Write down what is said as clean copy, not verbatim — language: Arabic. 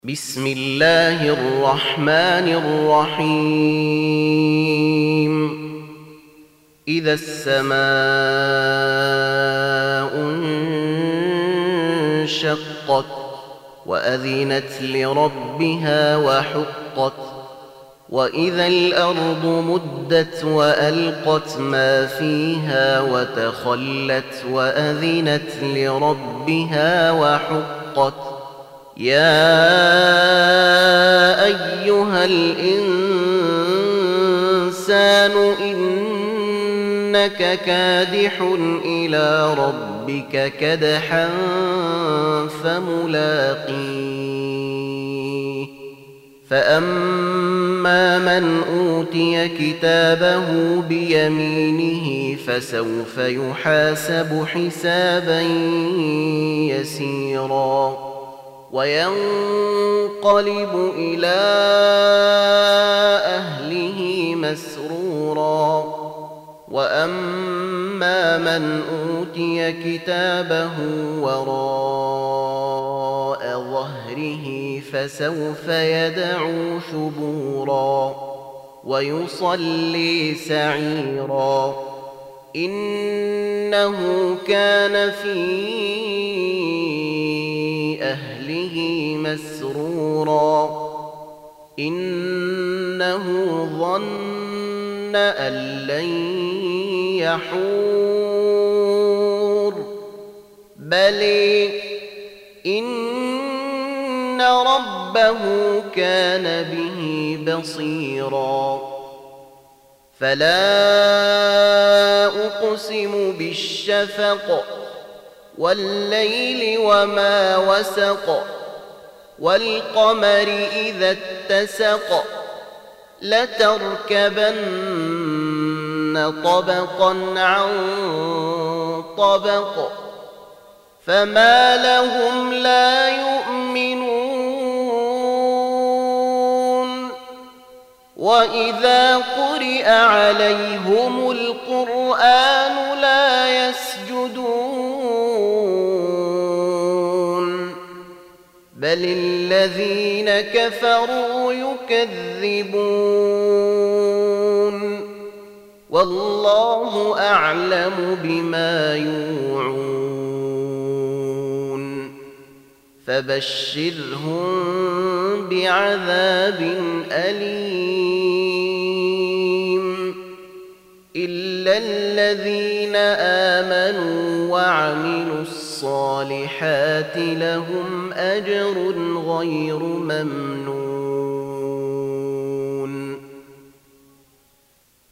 بسم الله الرحمن الرحيم إذا السماء انشقت وأذنت لربها وحقت وإذا الأرض مدت وألقت ما فيها وتخلت وأذنت لربها وحقت يا أيها الإنسان إنك كادح إلى ربك كدحا فملاقيه فأما من أوتي كتابه بيمينه فسوف يحاسب حسابا يسيرا وينقلب إلى أهله مسرورا وأما من أوتي كتابه وراء ظهره فسوف يدعو ثبورا ويصلي سعيرا إنه كان في أهله مسرورا إنه ظن أن لن يحور بل إن ربه كان به بصيرا فلا أقسم بالشفق والليل وما وسق والقمر إذا اتسق لتركبن طبقا عن طبق فما لهم لا يؤمنون وإذا قرئ عليهم القرآن لا يسجدون بل الذين كفروا يكذبون والله أعلم بما يوعون فبشرهم بعذاب أليم إلا الذين آمنوا وعملوا الصالحات لهم أجر غير ممنون